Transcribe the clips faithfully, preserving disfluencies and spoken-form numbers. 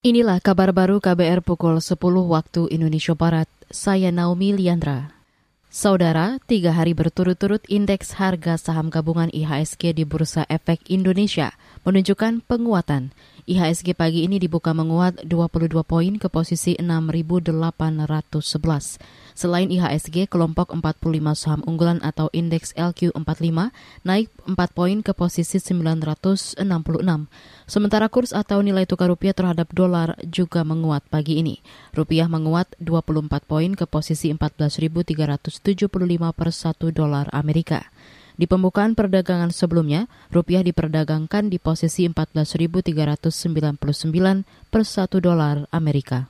Inilah kabar baru K B R pukul sepuluh waktu Indonesia Barat. Saya Naomi Liandra. Saudara, tiga hari berturut-turut indeks harga saham gabungan I H S G di Bursa Efek Indonesia menunjukkan penguatan. I H S G pagi ini dibuka menguat dua puluh dua poin ke posisi enam ribu delapan ratus sebelas. Selain I H S G, kelompok empat puluh lima saham unggulan atau indeks L Q empat puluh lima naik empat poin ke posisi sembilan ratus enam puluh enam. Sementara kurs atau nilai tukar rupiah terhadap dolar juga menguat pagi ini. Rupiah menguat dua puluh empat poin ke posisi empat belas ribu tiga ratus tujuh puluh lima per satu dolar Amerika. Di pembukaan perdagangan sebelumnya, rupiah diperdagangkan di posisi empat belas ribu tiga ratus sembilan puluh sembilan per satu dolar Amerika.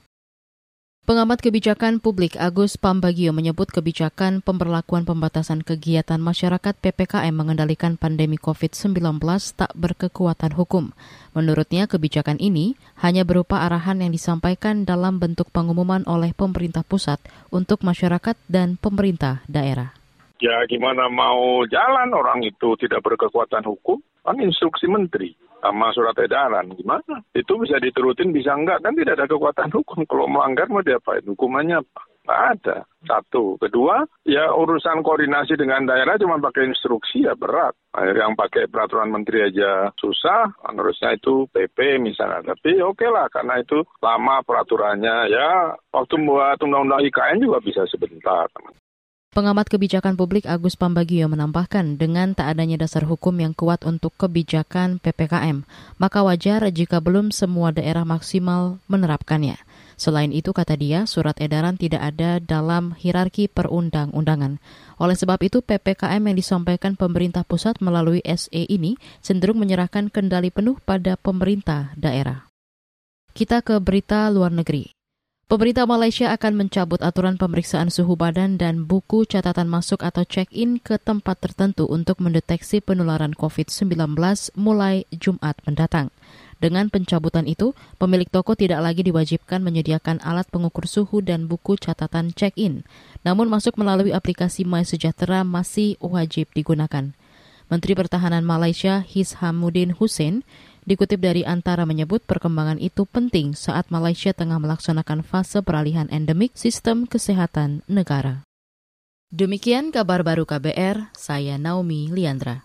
Pengamat kebijakan publik Agus Pambagio menyebut kebijakan pemberlakuan pembatasan kegiatan masyarakat P P K M mengendalikan pandemi covid sembilan belas tak berkekuatan hukum. Menurutnya, kebijakan ini hanya berupa arahan yang disampaikan dalam bentuk pengumuman oleh pemerintah pusat untuk masyarakat dan pemerintah daerah. Ya gimana mau jalan orang itu tidak berkekuatan hukum? Kan instruksi menteri sama surat edaran, gimana? Itu bisa diturutin, bisa enggak, kan tidak ada kekuatan hukum. Kalau melanggar mau diapain? Hukumannya apa? Nggak ada. Satu. Kedua, ya urusan koordinasi dengan daerah cuma pakai instruksi ya berat. Yang pakai peraturan menteri aja susah, harusnya itu P P misalnya. Tapi oke lah, karena itu lama peraturannya. Ya waktu buat undang-undang I K N juga bisa sebentar. Pengamat kebijakan publik Agus Pambagio menambahkan dengan tak adanya dasar hukum yang kuat untuk kebijakan P P K M, maka wajar jika belum semua daerah maksimal menerapkannya. Selain itu, kata dia, surat edaran tidak ada dalam hierarki perundang-undangan. Oleh sebab itu, P P K M yang disampaikan pemerintah pusat melalui S E ini cenderung menyerahkan kendali penuh pada pemerintah daerah. Kita ke berita luar negeri. Pemerintah Malaysia akan mencabut aturan pemeriksaan suhu badan dan buku catatan masuk atau check-in ke tempat tertentu untuk mendeteksi penularan covid sembilan belas mulai Jumat mendatang. Dengan pencabutan itu, pemilik toko tidak lagi diwajibkan menyediakan alat pengukur suhu dan buku catatan check-in. Namun masuk melalui aplikasi MySejahtera masih wajib digunakan. Menteri Pertahanan Malaysia Hishamuddin Hussein dikutip dari Antara menyebut perkembangan itu penting saat Malaysia tengah melaksanakan fase peralihan endemik sistem kesehatan negara. Demikian kabar baru K B R, saya Naomi Liandra.